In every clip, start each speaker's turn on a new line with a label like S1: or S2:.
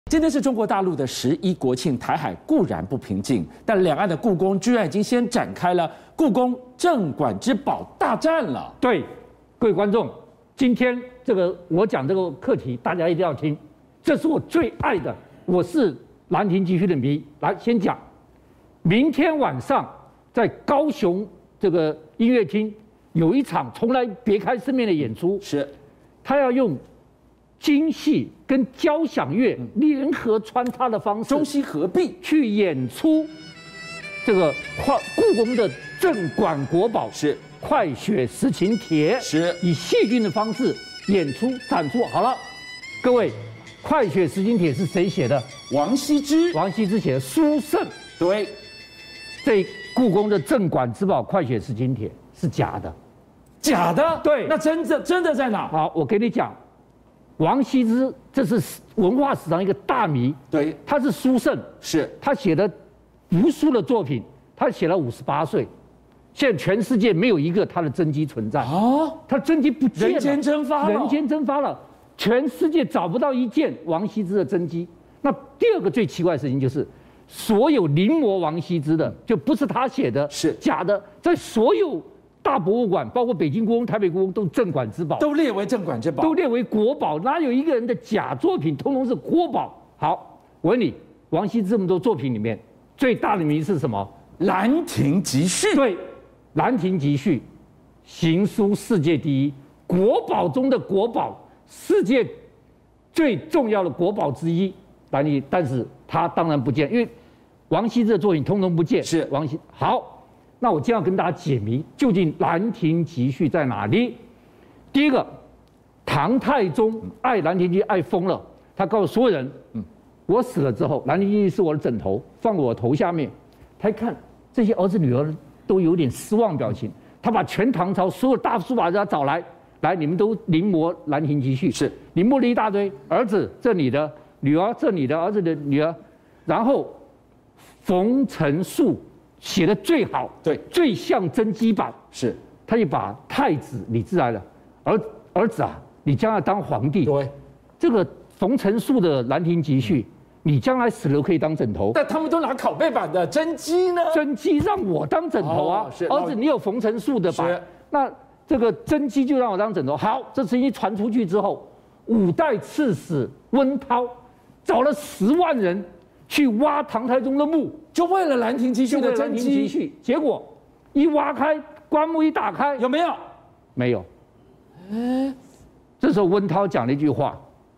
S1: 今天是中国大陆的11国庆，台海固然不平静，但两岸的故宫居然已经先展开了故宫镇馆之宝大战了。
S2: 对，各位观众，今天我讲这个课题，大家一定要听，这是我最爱的。我是兰亭集序的迷，来先讲，明天晚上在高雄这个音乐厅有一场从来别开生面的演出，
S1: 是，
S2: 他要用京戏跟交响乐联合穿插的方式，
S1: 中西合璧
S2: 去演出这个故宫的镇馆国宝
S1: 是《
S2: 快雪时晴帖》，
S1: 是
S2: 以戏剧的方式演出展出。好了，各位，《快雪时晴帖》是谁写的？
S1: 王羲之。
S2: 王羲之写的。书圣。
S1: 对，
S2: 这故宫的镇馆之宝《快雪时晴帖》是假的。
S1: 假的？
S2: 对。
S1: 那真的在哪？
S2: 好，我跟你讲。王羲之，这是文化史上一个大谜。
S1: 对，
S2: 他是书圣，
S1: 是
S2: 他写的无数的作品，他写了58岁，现在全世界没有一个他的真迹存在
S1: 啊，
S2: 他真迹不见了，
S1: 人间蒸发了，
S2: 人间蒸发了，全世界找不到一件王羲之的真迹。那第二个最奇怪的事情就是，所有临摹王羲之的，就不是他写的，
S1: 是
S2: 假的，在所有大博物馆，包括北京故宫、台北故宫，都镇馆之宝，
S1: 都列为镇馆之宝，
S2: 都列为国宝。哪有一个人的假作品，通通是国宝？好，我问你，王羲之这么多作品里面，最大的谜是什么？
S1: 《兰亭集序》。
S2: 对，《兰亭集序》，行书世界第一，国宝中的国宝，世界最重要的国宝之一。但是他当然不见，因为王羲之的作品通通不见。
S1: 是
S2: 王羲。好。那我今天要跟大家解谜，究竟《兰亭集序》在哪里？第一个，唐太宗爱《兰亭集序》爱疯了，他告诉所有人，我死了之后，《兰亭集序》是我的枕头，放我头下面。他一看这些儿子女儿都有点失望表情，他把全唐朝所有大书法家找来，你们都临摹《兰亭集序》，
S1: 是
S2: 临摹了一大堆，儿子这你的，女儿这你的，儿子的女儿，然后冯承素写的最好，
S1: 对，
S2: 最像真迹版。
S1: 是，
S2: 他就把太子李自来了，儿子啊，你将来当皇帝，
S1: 对，
S2: 这个冯承素的《兰亭集序》，你将来死了可以当枕头。
S1: 但他们都拿拷贝版的，真迹呢？
S2: 真迹让我当枕头啊！
S1: 是，
S2: 儿子，你有冯承素的版，那这个真迹就让我当枕头。好，这事情传出去之后，五代刺史温韬找了10万人去挖唐太宗的墓。
S1: 就为了《兰亭集序》的真迹，
S2: 结果一挖开，棺木一打开，
S1: 有没有？
S2: 没有。这时候温韬讲了一句话：“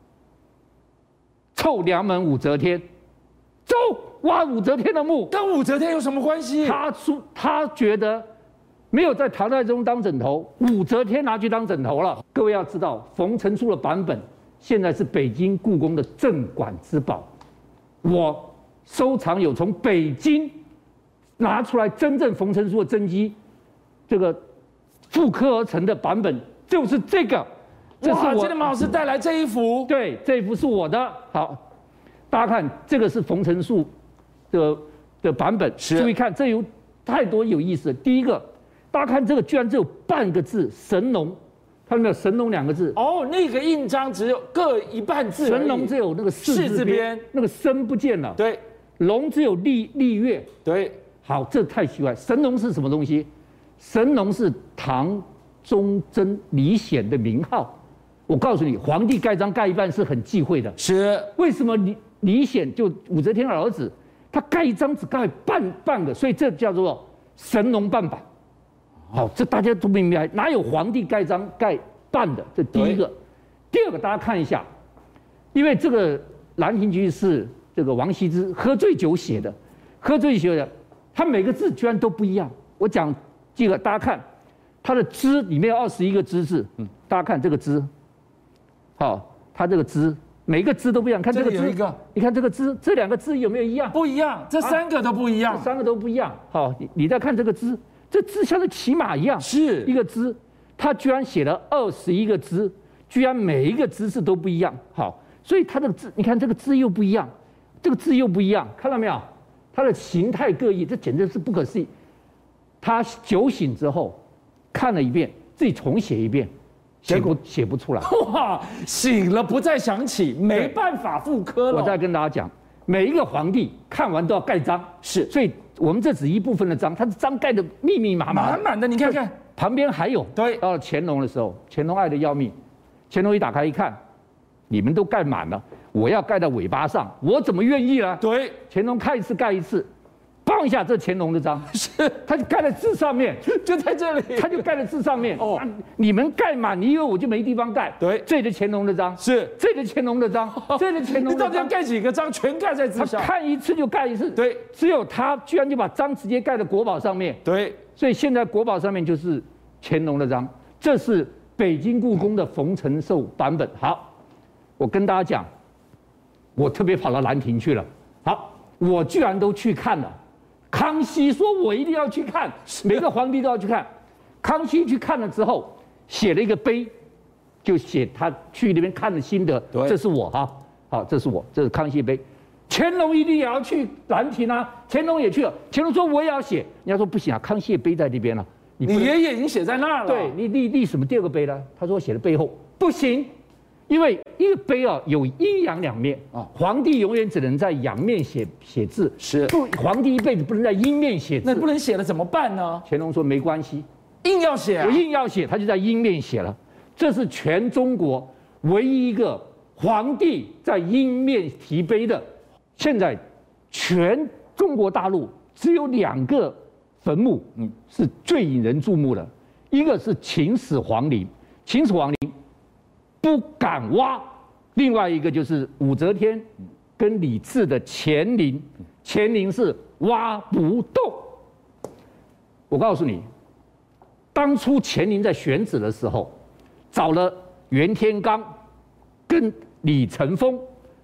S2: 臭娘们武则天，走，挖武则天的墓。”
S1: 跟武则天有什么关系？
S2: 他觉得没有在唐太宗当枕头，武则天拿去当枕头了。各位要知道，冯承素的版本现在是北京故宫的镇馆之宝。我收藏有从北京拿出来真正冯承素的真迹，这个复刻而成的版本就是这个。
S1: 哇，今天马老师带来这一幅，
S2: 对，这一幅是我的。好，大家看，这个是冯承素的版本。注意看，这有太多有意思的。第一个，大家看这个居然只有半个字“神农”，看到没有？“神农”2个字。
S1: 哦，那个印章只有各一半字。
S2: 神农只有那个士字边，那个生不见了。
S1: 对。
S2: 龙只有立月。
S1: 对。
S2: 好，这太奇怪。神农是什么东西？神农是唐忠贞李显的名号。我告诉你，皇帝盖章盖一半是很忌讳的。
S1: 是。为什么
S2: 李显就武则天的儿子，他盖一章只盖半个，所以这叫做神农半版。好，这大家都明白，哪有皇帝盖章盖半的？这第一个。第二个，大家看一下，因为这个《兰亭集序》是这个王羲之喝醉酒写的，他每个字居然都不一样。我讲这个，大家看，他的“之”里面有21个“之”字，大家看这个“之”，好，他这个“之”每个字都不一样。看这个“之”，你看这个“之”，这2个字有没有一样？
S1: 不一样，这3个都不一样，
S2: 这3个都不一样。好，你再看这个“之”，这字像是骑马一样，
S1: 是
S2: 一个“之”，他居然写了21个“之”，居然每一个“之”字都不一样。好，所以他的字，你看这个字又不一样，这个字又不一样，看到没有？它的形态各异，这简直是不可思议。他酒醒之后看了一遍，自己重写一遍， 写不出来。
S1: 哇，醒了不再想起，没办法复刻了。
S2: 我再跟大家讲，每一个皇帝看完都要盖章，
S1: 是，
S2: 所以我们这只一部分的章，它的章盖的密密麻麻，
S1: 满满的。你看看
S2: 旁边还有。
S1: 对，
S2: 到了乾隆的时候，乾隆爱得要命，乾隆一打开一看，你们都盖满了，我要盖到尾巴上，我怎么愿意呢？
S1: 对，
S2: 乾隆看一次盖一次。放一下这乾隆的章，
S1: 是，
S2: 他就盖在字上面，
S1: 就在这里，
S2: 他就盖在字上面。
S1: 哦，
S2: 你们盖满，你以为我就没地方盖？
S1: 对，
S2: 这里的乾隆的章，
S1: 是，
S2: 这里的乾隆的章，这里的乾隆的章，
S1: 你到底要盖几个章？全盖在字上。
S2: 他看一次就盖一次。
S1: 对，
S2: 只有他居然就把章直接盖在国宝上面。
S1: 对，
S2: 所以现在国宝上面就是乾隆的章，这是北京故宫的冯承寿版本。好，我跟大家讲，我特别跑到兰亭去了。好，我居然都去看了。康熙说：“我一定要去看，每个皇帝都要去看。”康熙去看了之后，写了一个碑，就写他去那边看的心得。这是我哈，好，这是我，这是康熙碑。乾隆一定也要去兰亭啊，乾隆也去了。乾隆说：“我也要写。”人家说：“不行啊，康熙的碑在这边了，
S1: 你爷爷已经写在那儿了。
S2: 对，你立什么第二个碑呢？”他说：“写的背后不行。”因为一个碑啊有阴阳两面啊，皇帝永远只能在阳面写字，
S1: 是
S2: 不？皇帝一辈子不能在阴面写字，
S1: 那不能写了怎么办呢？
S2: 乾隆说没关系，
S1: 硬要写啊，
S2: 我硬要写，他就在阴面写了。这是全中国唯一一个皇帝在阴面题碑的。现在全中国大陆只有2个坟墓，是最引人注目的，一个是秦始皇陵，秦始皇陵不敢挖，另外一个就是武则天跟李治的乾陵，乾陵是挖不动。我告诉你，当初乾陵在选址的时候，找了袁天罡跟李承风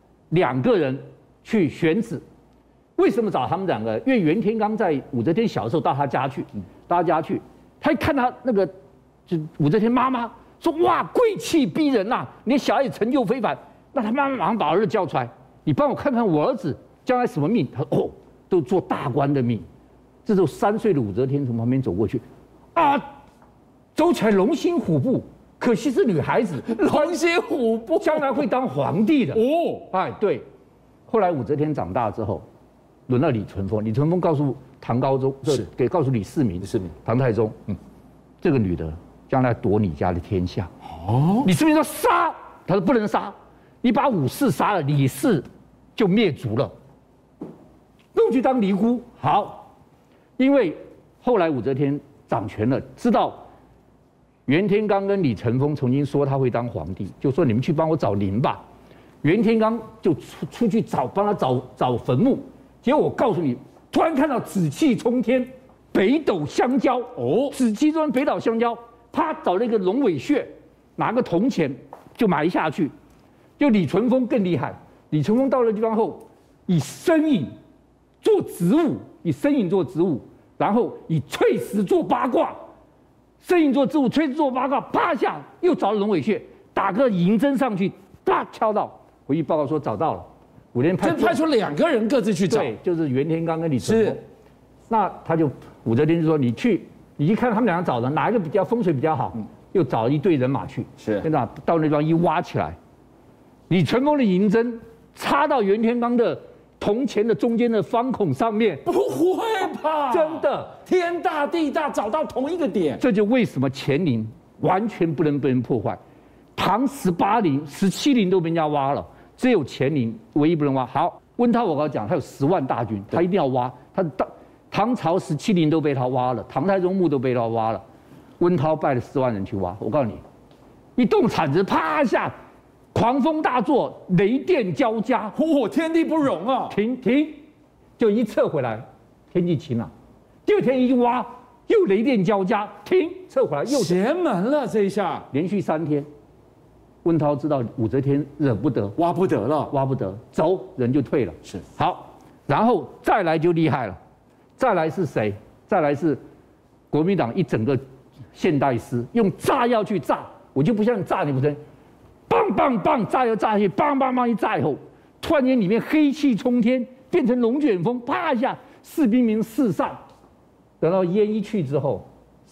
S2: 2个人去选址。为什么找他们2个？因为袁天罡在武则天小的时候到他家去，他一看他那个就武则天妈妈。说哇，贵气逼人呐、你的小孩子成就非凡。那他妈妈马上把儿子叫出来，你帮我看看我儿子将来什么命？他说哦，都做大官的命。这时候3岁的武则天从旁边走过去，啊，走起来龙心虎步，可惜是女孩子，
S1: 龙心虎步，
S2: 将来会当皇帝的
S1: 哦。
S2: 哎，对。后来武则天长大之后，轮到李淳风，李淳风告诉唐高宗，告诉李世民，唐太宗，这个女的。将来夺你家的天下哦！李世民说杀，他说不能杀，你把武士杀了，李氏就灭族了，弄去当尼姑。好，因为后来武则天掌权了，知道袁天罡跟李承风曾经说他会当皇帝，就说你们去帮我找陵吧。袁天罡就出去帮他找坟墓，结果我告诉你，突然看到紫气冲天，北斗相交哦，紫气冲天，北斗相交。他找了一个龙尾穴，拿个铜钱就埋下去。就李淳风更厉害，李淳风到了地方后，以身影做植物，然后以翠石做八卦，身影做植物，翠石做八卦，啪一下又找了龙尾穴，打个银针上去，啪敲到，回去报告说找到了。武天派
S1: 出2个人各自去找，
S2: 对，就是袁天罡跟李淳风。那他就武则天就说你去。你一看他们2个找的哪一个比较风水比较好，又找了一队人马去，跟着到那地方一挖起来，李淳风的银针插到袁天罡的铜钱的中间的方孔上面，
S1: 不会吧？
S2: 真的，
S1: 天大地大，找到同一个点。
S2: 这就为什么乾陵完全不能被人破坏，唐18陵、17陵都被人家挖了，只有乾陵唯一不能挖。好，温韬我刚刚讲，他有10万大军，他一定要挖，唐朝17陵都被他挖了，唐太宗墓都被他挖了，温韬派了10万人去挖。我告诉你，一动铲子，啪一下，狂风大作，雷电交加，
S1: 天地不容啊！
S2: 停，就一撤回来，天气晴朗。第2天一挖，又雷电交加，停，撤回来又
S1: 邪门了。这一下
S2: 连续3天，温韬知道武则天忍不得，
S1: 挖不得，
S2: 走，人就退了。
S1: 是
S2: 好，然后再来就厉害了。再来是谁？再来是国民党一整个现代师，用炸药去炸，我就不像炸你不真，棒棒棒，炸药炸下去，棒棒棒一炸以后，突然间里面黑气冲天，变成龙卷风，啪一下，士兵们四散。等到烟一去之后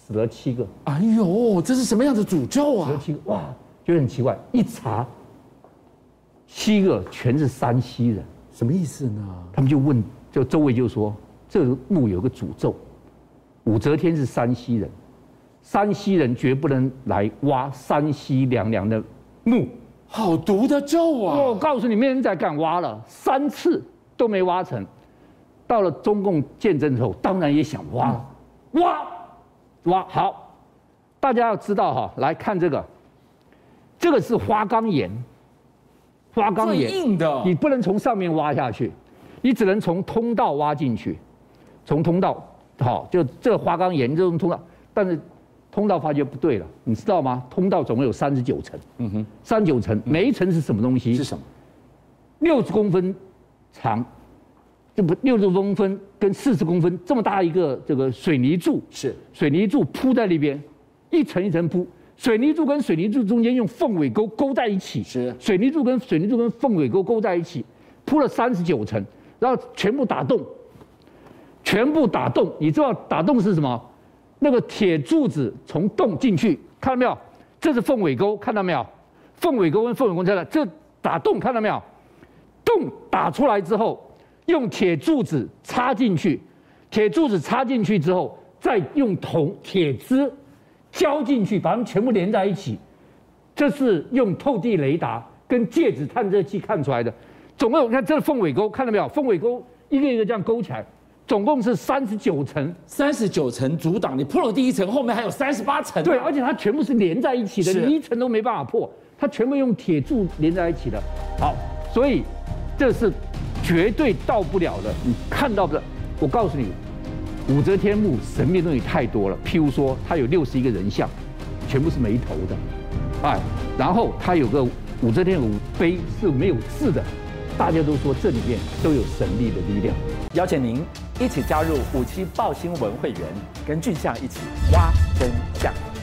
S2: 死了7个。
S1: 哎呦，这是什么样的诅咒啊？
S2: 死了7个，哇，觉得很奇怪。一查，7个全是山西人。
S1: 什么意思呢？
S2: 他们就问，就周围就说，这个墓有个诅咒，武则天是山西人，山西人绝不能来挖山西娘娘的墓。
S1: 好毒的咒啊！
S2: 我告诉你，没人再敢挖了，3次都没挖成。到了中共建政之后，当然也想挖了，挖好。大家要知道哈，来看这个，这个是花岗岩，花岗岩
S1: 硬的，
S2: 你不能从上面挖下去，你只能从通道挖进去，从通道，好，就这个花岗岩这种通道，但是通道发觉不对了，你知道吗？通道总共有39层，39层，每一层是什么东西？
S1: 是什么
S2: ？60公分长，这不60公分跟40公分这么大一个这个水泥柱，
S1: 是
S2: 水泥柱铺在那边，一层一层铺，水泥柱跟水泥柱中间用凤尾钩勾在一起，
S1: 是
S2: 水泥柱跟水泥柱跟凤尾钩勾在一起，铺了39层，然后全部打洞，全部打洞，你知道打洞是什么？那个铁柱子从洞进去，看到没有？这是凤尾钩，看到没有？凤尾钩跟凤尾钩在那，这打洞看到没有？洞打出来之后，用铁柱子插进去，铁柱子插进去之后，再用铁枝浇进去，把它们全部连在一起。这是用透地雷达跟介质探测器看出来的。总共你看这是凤尾钩，看到没有？凤尾钩一个一个这样勾起来。总共是39层
S1: ，39层阻挡你破了第1层，后面还有38层。
S2: 对，而且它全部是连在一起的，你1层都没办法破，它全部用铁柱连在一起的。好，所以这是绝对到不了的，你看到的。我告诉你，武则天墓神秘东西太多了，譬如说它有61个人像，全部是没头的，哎，然后它有个武则天有碑是没有字的，大家都说这里面都有神力的力量。
S3: 邀请您一起加入57爆新闻会员，跟俊相一起挖真相。